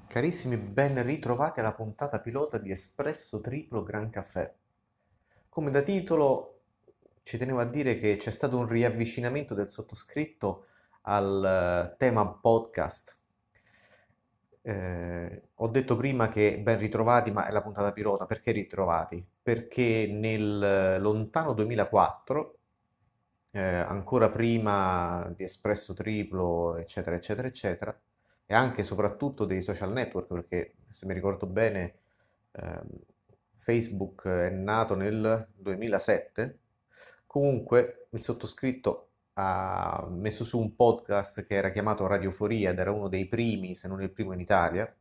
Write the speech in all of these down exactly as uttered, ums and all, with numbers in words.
Carissimi, ben ritrovati alla puntata pilota di Espresso Triplo Gran Caffè. Come da titolo ci tenevo a dire che c'è stato un riavvicinamento del sottoscritto al eh, tema podcast. Eh, ho detto prima che ben ritrovati, ma è la puntata pilota. Perché ritrovati? Perché nel eh, lontano duemilaquattro, eh, ancora prima di Espresso Triplo, eccetera, eccetera, eccetera, e anche e soprattutto dei social network, perché se mi ricordo bene, ehm, Facebook è nato nel duemilasette. Comunque, il sottoscritto ha messo su un podcast che era chiamato Radioforia ed era uno dei primi, se non il primo in Italia.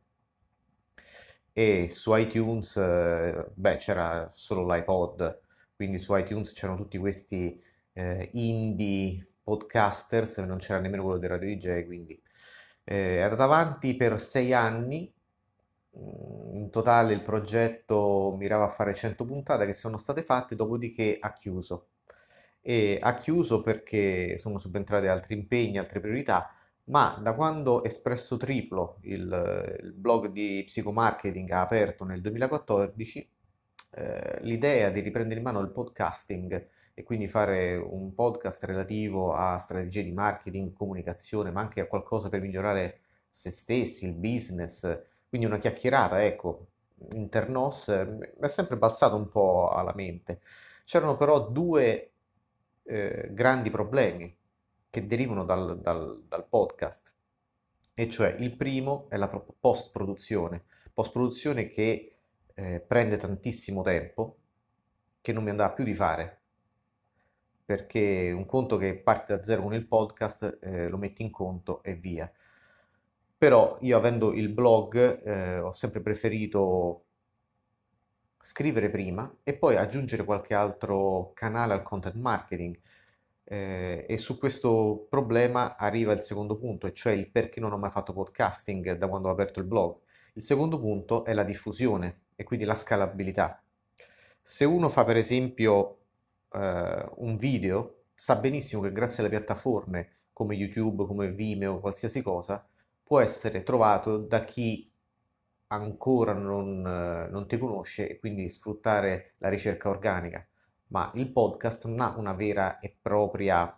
E su iTunes, eh, beh, c'era solo l'iPod, quindi su iTunes c'erano tutti questi eh, indie podcasters, non c'era nemmeno quello del Radio D J, quindi eh, è andato avanti per sei anni. Mm, In totale il progetto mirava a fare cento puntate che sono state fatte, dopodiché ha chiuso. E ha chiuso perché sono subentrati altri impegni, altre priorità, ma da quando Espresso Triplo, il, il blog di psicomarketing, ha aperto nel duemilaquattordici, eh, l'idea di riprendere in mano il podcasting e quindi fare un podcast relativo a strategie di marketing, comunicazione, ma anche a qualcosa per migliorare se stessi, il business, quindi una chiacchierata, ecco, internos, eh, mi è sempre balzato un po' alla mente. C'erano però due eh, grandi problemi che derivano dal, dal- dal podcast, e cioè il primo è la pro- post-produzione, post-produzione che eh, prende tantissimo tempo, che non mi andava più di fare, perché un conto che parte da zero con il podcast, eh, lo metti in conto e via. Però io avendo il blog, eh, ho sempre preferito scrivere prima e poi aggiungere qualche altro canale al content marketing. Eh, e su questo problema arriva il secondo punto, e cioè il perché non ho mai fatto podcasting da quando ho aperto il blog. Il secondo punto è la diffusione e quindi la scalabilità. Se uno fa per esempio eh, un video, sa benissimo che grazie alle piattaforme come YouTube, come Vimeo, qualsiasi cosa, può essere trovato da chi ancora non, eh, non ti conosce e quindi sfruttare la ricerca organica. Ma il podcast non ha una vera e propria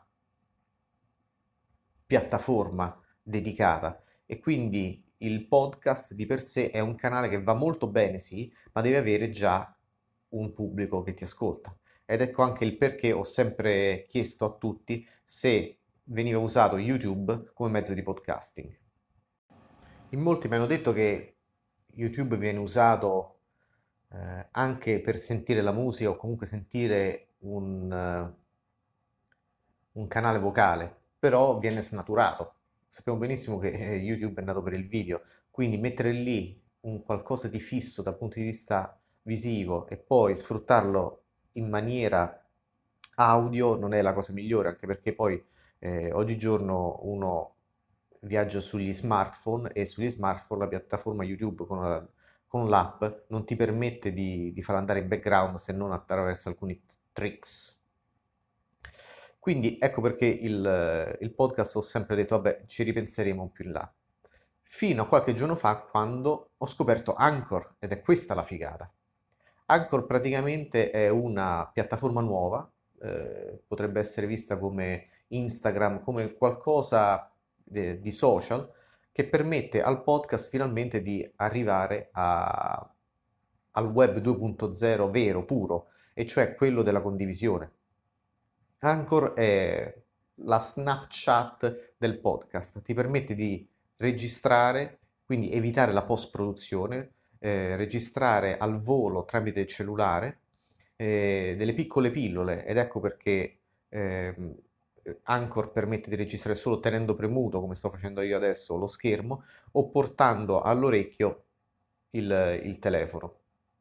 piattaforma dedicata, e quindi il podcast di per sé è un canale che va molto bene, sì, ma deve avere già un pubblico che ti ascolta. Ed ecco anche il perché ho sempre chiesto a tutti se veniva usato YouTube come mezzo di podcasting. In molti mi hanno detto che YouTube viene usato eh, anche per sentire la musica o comunque sentire un, eh, un canale vocale, però viene snaturato. Sappiamo benissimo che eh, YouTube è nato per il video, quindi mettere lì un qualcosa di fisso dal punto di vista visivo e poi sfruttarlo in maniera audio non è la cosa migliore, anche perché poi eh, oggigiorno uno viaggia sugli smartphone e sugli smartphone la piattaforma YouTube con, la- con l'app non ti permette di, di farla andare in background se non attraverso alcuni t- tricks. Quindi ecco perché il, il podcast ho sempre detto, vabbè, ci ripenseremo più in là. Fino a qualche giorno fa, quando ho scoperto Anchor, ed è questa la figata. Anchor praticamente è una piattaforma nuova, eh, potrebbe essere vista come Instagram, come qualcosa de- di social, che permette al podcast finalmente di arrivare a- al web due punto zero vero, puro, e cioè quello della condivisione. Anchor è la Snapchat del podcast, ti permette di registrare, quindi evitare la post-produzione, eh, registrare al volo tramite il cellulare eh, delle piccole pillole, ed ecco perché ehm, Anchor permette di registrare solo tenendo premuto, come sto facendo io adesso, lo schermo o portando all'orecchio il il telefono,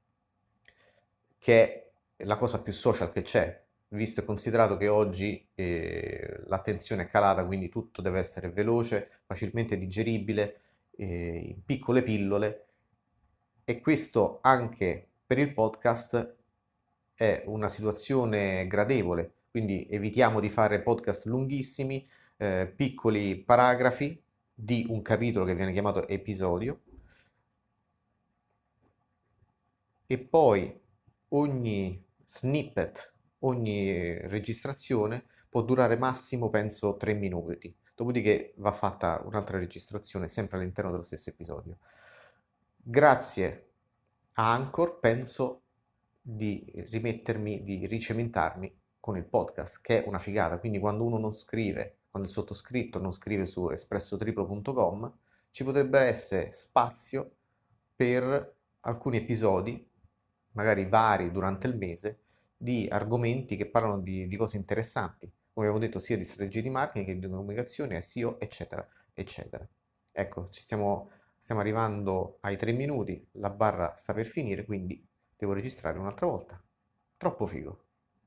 che è la cosa più social che c'è, visto e considerato che oggi eh, l'attenzione è calata, quindi tutto deve essere veloce, facilmente digeribile, eh, in piccole pillole, e questo anche per il podcast è una situazione gradevole, quindi evitiamo di fare podcast lunghissimi, eh, piccoli paragrafi di un capitolo che viene chiamato episodio, e poi ogni snippet, ogni registrazione può durare massimo, penso, tre minuti. Dopodiché va fatta un'altra registrazione sempre all'interno dello stesso episodio. Grazie a Anchor penso di rimettermi, di ricementarmi con il podcast, che è una figata. Quindi quando uno non scrive, quando il sottoscritto non scrive su espressotriplo punto com, ci potrebbe essere spazio per alcuni episodi, magari vari durante il mese, di argomenti che parlano di, di cose interessanti, come abbiamo detto, sia di strategie di marketing che di comunicazione, S E O, eccetera, eccetera. Ecco, ci stiamo, stiamo arrivando ai tre minuti, la barra sta per finire, quindi devo registrare un'altra volta. Troppo figo.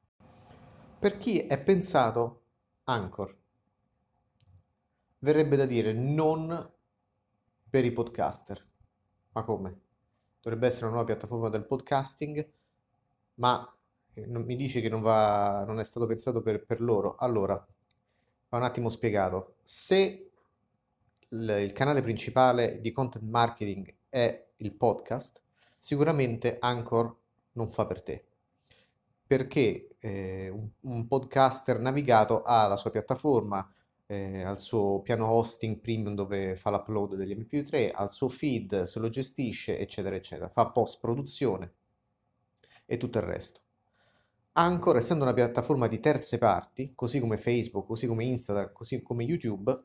Per chi è pensato Anchor, verrebbe da dire non per i podcaster. Ma come? Dovrebbe essere una nuova piattaforma del podcasting, ma eh, non- mi dici che non va, non è stato pensato per, per loro. Allora, va un attimo spiegato. Se il, il canale principale di content marketing è il podcast, sicuramente Anchor non fa per te. Perché eh, un, un podcaster navigato ha la sua piattaforma, eh, al suo piano hosting premium dove fa l'upload degli M P tre, al suo feed, se lo gestisce, eccetera, eccetera. Fa post-produzione e tutto il resto. Anchor, essendo una piattaforma di terze parti, così come Facebook, così come Instagram, così come YouTube,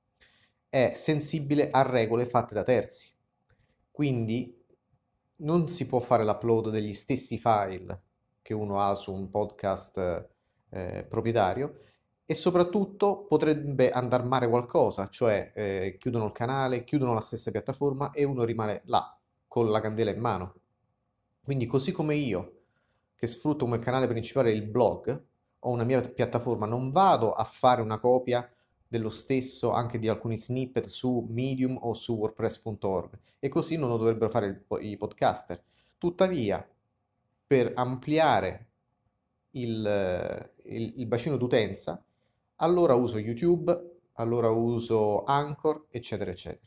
è sensibile a regole fatte da terzi. Quindi non si può fare l'upload degli stessi file che uno ha su un podcast eh, proprietario e soprattutto potrebbe andare male qualcosa, cioè eh, chiudono il canale, chiudono la stessa piattaforma e uno rimane là con la candela in mano. Quindi così come io, che sfrutto come canale principale il blog, ho una mia piattaforma, non vado a fare una copia dello stesso anche di alcuni snippet su Medium o su WordPress punto org e così non lo dovrebbero fare il- i podcaster. Tuttavia, per ampliare il, eh, il- il bacino d'utenza, allora uso YouTube, allora uso Anchor, eccetera, eccetera.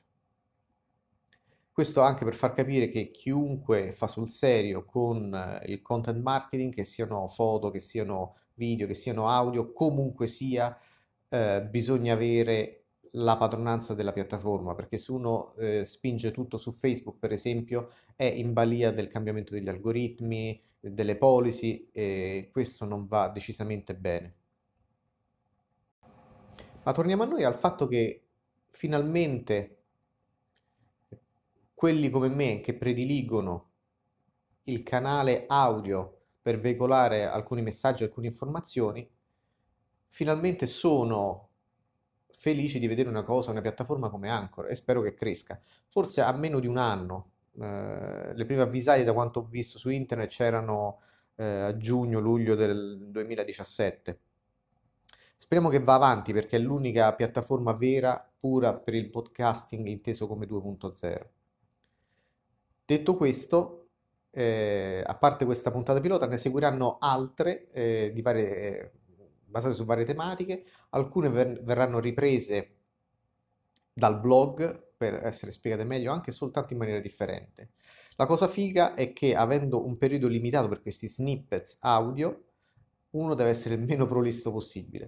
Questo anche per far capire che chiunque fa sul serio con eh, il content marketing, che siano foto, che siano video, che siano audio, comunque sia, eh, bisogna avere la padronanza della piattaforma, perché se uno eh, spinge tutto su Facebook, per esempio, è in balia del cambiamento degli algoritmi, delle policy, e questo non va decisamente bene. Ma torniamo a noi al fatto che finalmente quelli come me che prediligono il canale audio per veicolare alcuni messaggi, alcune informazioni, finalmente sono felici di vedere una cosa, una piattaforma come Anchor e spero che cresca. Forse a meno di un anno, eh, le prime avvisaglie da quanto ho visto su internet c'erano eh, a giugno-luglio del duemiladiciassette. Speriamo che va avanti perché è l'unica piattaforma vera, pura per il podcasting inteso come due punto zero. Detto questo, eh, a parte questa puntata pilota, ne seguiranno altre eh, di varie, eh, basate su varie tematiche. Alcune ver- verranno riprese dal blog per essere spiegate meglio, anche soltanto in maniera differente. La cosa figa è che avendo un periodo limitato per questi snippets audio, uno deve essere il meno prolisso possibile.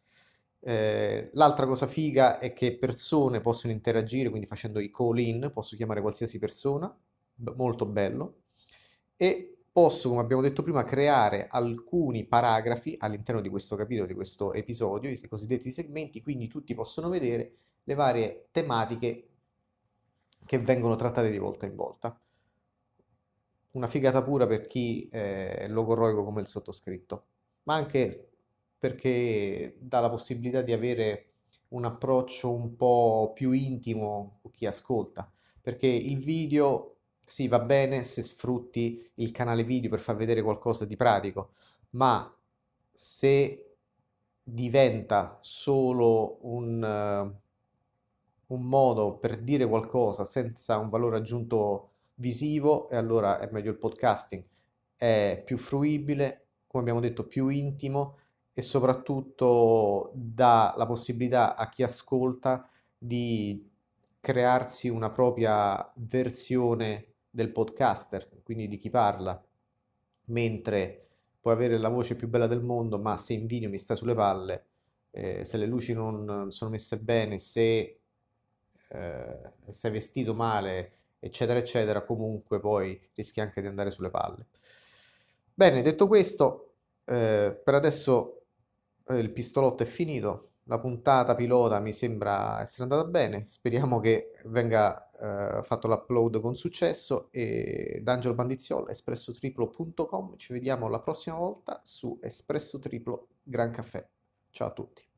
Eh, l'altra cosa figa è che persone possono interagire, quindi facendo i call-in, posso chiamare qualsiasi persona, b- molto bello, e posso, come abbiamo detto prima, creare alcuni paragrafi all'interno di questo capitolo, di questo episodio, i cosiddetti segmenti, quindi tutti possono vedere le varie tematiche che vengono trattate di volta in volta. Una figata pura per chi è logorroico come il sottoscritto, ma anche perché dà la possibilità di avere un approccio un po' più intimo con chi ascolta, perché il video sì, va bene se sfrutti il canale video per far vedere qualcosa di pratico, ma se diventa solo un, eh, un modo per dire qualcosa senza un valore aggiunto visivo, e allora è meglio il podcasting. È più fruibile, come abbiamo detto, più intimo e soprattutto dà la possibilità a chi ascolta di crearsi una propria versione del podcaster, quindi di chi parla, mentre puoi avere la voce più bella del mondo, ma se in video mi stai sulle palle, eh, se le luci non sono messe bene, se eh, sei vestito male, eccetera, eccetera, comunque poi rischi anche di andare sulle palle. Bene, detto questo, eh, per adesso eh, il pistolotto è finito. La puntata pilota mi sembra essere andata bene. Speriamo che venga eh, fatto l'upload con successo. E da Angelo Bandizziola, espresso triplo punto com. Ci vediamo la prossima volta su Espresso Triplo Gran Caffè. Ciao a tutti.